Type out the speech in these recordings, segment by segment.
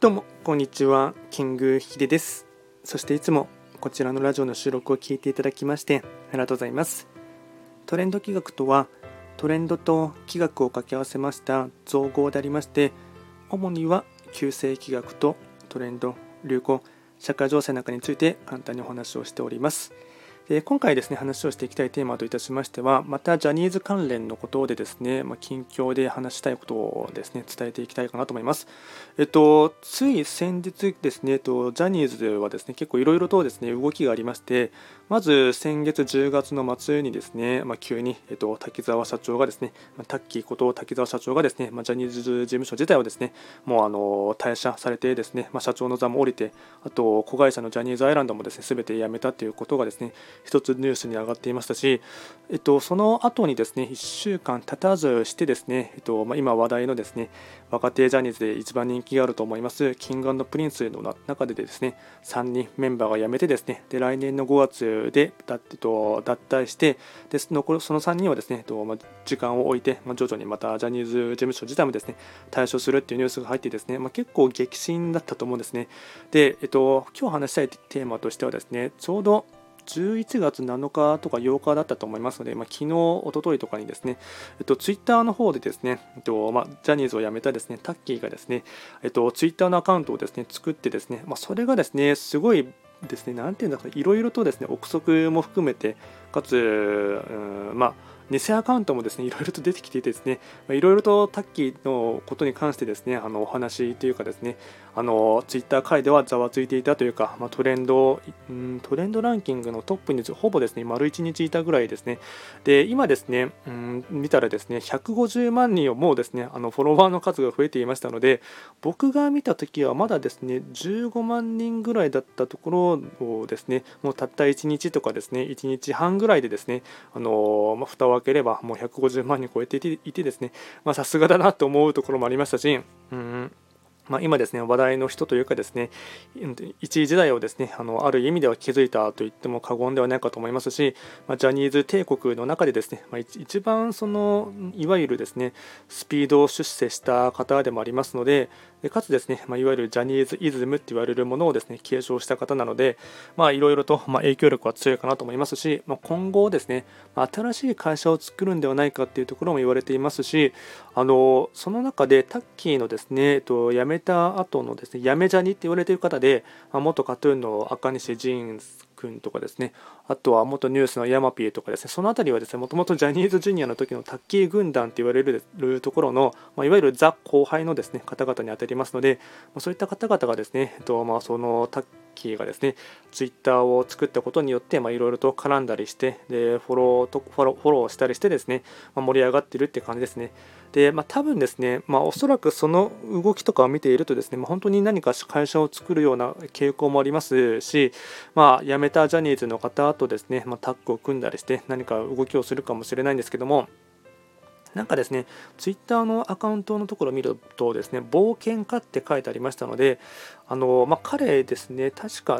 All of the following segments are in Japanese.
どうもこんにちは、キングヒデです。そしていつもこちらのラジオの収録を聞いていただきましてありがとうございます。トレンド企画とは、トレンドと企画を掛け合わせました造語でありまして、主には旧世企画とトレンド、流行、社会情勢なんかについて簡単にお話をしております。今回ですね、話をしていきたいテーマといたしましては、またジャニーズ関連のことでですね、近況で話したいことをですね、伝えていきたいかなと思います。つい先日ですね、ジャニーズではですね、結構いろいろとですね、動きがありまして、まず先月10月の末にですね、急に、滝沢社長がですね、タッキーこと滝沢社長がですね、ジャニーズ事務所自体をですね、もう退社されてですね、社長の座も降りて、あと子会社のジャニーズアイランドもですね、すべて辞めたということがですね、一つニュースに上がっていましたし、その後にですね、1週間経たずしてですね、今話題のですね、若手ジャニーズで一番人気があると思いますキング&プリンスの中でですね、3人メンバーが辞めてですね、で来年の5月で脱退してで残るその3人はですね、時間を置いて、徐々にまたジャニーズ事務所自体もですね、退所するっていうニュースが入ってですね、結構激震だったと思うんですね。で、今日話したいテーマとしてはですね、ちょうど11月7日とか8日だったと思いますので、昨日、一昨日とかにですね、ツイッターの方でですね、ジャニーズを辞めたですね、タッキーがですね、ツイッターのアカウントをですね、作ってですね、それがですね、すごいですね、なんていうんだか、いろいろとですね、憶測も含めて、かつ、偽アカウントもですね、いろいろと出てきていてですね、いろいろとタッキーのことに関してですね、お話というかですね、ツイッター界ではざわついていたというか、トレンドランキングのトップにほぼですね、丸1日いたぐらいですね。で、今ですね、見たらですね、150万人をもうですね、フォロワーの数が増えていましたので、僕が見たときはまだですね、15万人ぐらいだったところをですね、もうたった1日とかですね、1日半ぐらいでですね、蓋を開ければもう150万人超えていてですね、さすがだなと思うところもありましたし、今ですね、話題の人というかですね、一時代をですね、ある意味では築いたと言っても過言ではないかと思いますし、ジャニーズ帝国の中でですね、一番いわゆるですね、スピード出世した方でもありますので、かつですね、いわゆるジャニーズイズムと言われるものをですね、継承した方なので、いろいろと影響力は強いかなと思いますし、今後ですね、新しい会社を作るんではないかというところも言われていますし、その中でタッキーのですね、辞めた後のですね、辞めジャニって言われている方で、元カトゥーンの赤西仁君とかですね、あとは元ニュースのヤマピーとかですね、そのあたりはですね、もともとジャニーズジュニアの時のタッキー軍団と言われるところの、いわゆるザ後輩のですね、方々に当たりますので、そういった方々がですね、そのタッキーがですね、ツイッターを作ったことによって、いろいろと絡んだりして、でフォローしたりしてですね、盛り上がっているっていう感じですね。で、多分ですね、おそらくその動きとかを見ているとですね、本当に何か会社を作るような傾向もありますし、辞めたジャニーズの方とですね、タッグを組んだりして何か動きをするかもしれないんですけども、なんかですね、ツイッターのアカウントのところを見るとですね、冒険家って書いてありましたので、彼ですね、確か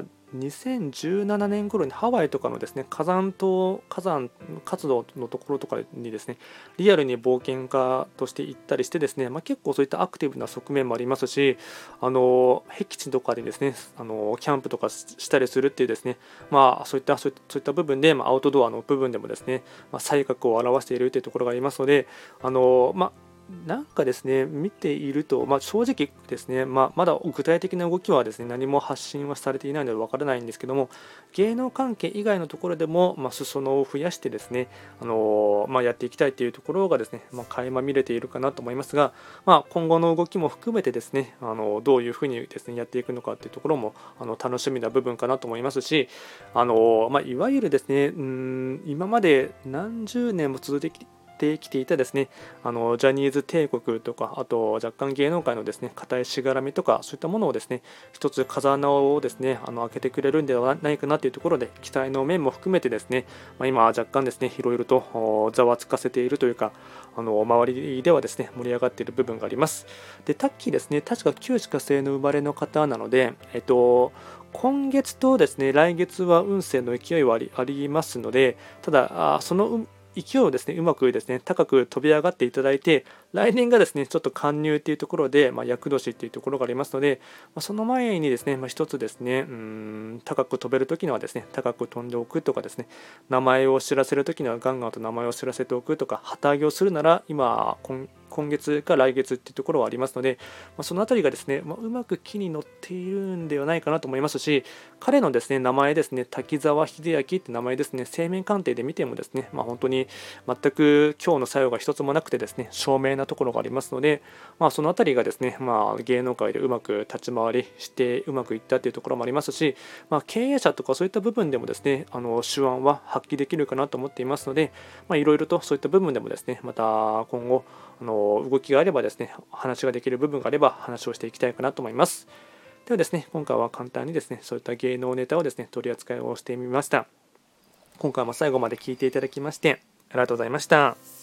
2017年頃にハワイとかのですね、火山活動のところとかにですね、リアルに冒険家として行ったりしてですね、結構そういったアクティブな側面もありますし、僻地とかでですね、キャンプとかしたりするっていうですね、そういった部分で、アウトドアの部分でもですね、才覚を表しているというところがありますので、なんかですね、見ていると、正直ですね、まだ具体的な動きはですね、何も発信はされていないのでわからないんですけども、芸能関係以外のところでも、裾野を増やしてですね、やっていきたいというところがですね、垣間見れているかなと思いますが、今後の動きも含めてですね、どういうふうにですね、やっていくのかというところも楽しみな部分かなと思いますし、いわゆるですね、今まで何十年も続いてきていたですね、ジャニーズ帝国とか、あと若干芸能界のですね、固いしがらみとか、そういったものをですね、一つ風穴をですね、開けてくれるんではないかなというところで、期待の面も含めてですね、今若干ですね、いろいろとざわつかせているというか、周りではですね、盛り上がっている部分があります。で、タッキーですね、確か旧歯科生の生まれの方なので、今月とですね、来月は運勢の勢いはありますので、ただその勢いをですねうまくですね高く飛び上がっていただいて、来年がですねちょっと貫入っていうところで、厄年っていうところがありますので、その前にですね、一つですね高く飛べるときにはですね高く飛んでおくとかですね、名前を知らせるときにはガンガンと名前を知らせておくとか、旗揚げをするなら今月か来月っていうところはありますので、そのあたりがですね、うまく木に乗っているんではないかなと思いますし、彼のですね名前ですね、滝沢秀明って名前ですね、生命鑑定で見てもですね、本当に全く今日の作用が一つもなくてですね、聡明なところがありますので、そのあたりがですね、芸能界でうまく立ち回りしてうまくいったというところもありますし、経営者とかそういった部分でもですね、手腕は発揮できるかなと思っていますので、いろいろとそういった部分でもですね、また今後動きがあればですね、話ができる部分があれば話をしていきたいかなと思います。ではですね、今回は簡単にですね、そういった芸能ネタをですね、取り扱いをしてみました。今回も最後まで聞いていただきましてありがとうございました。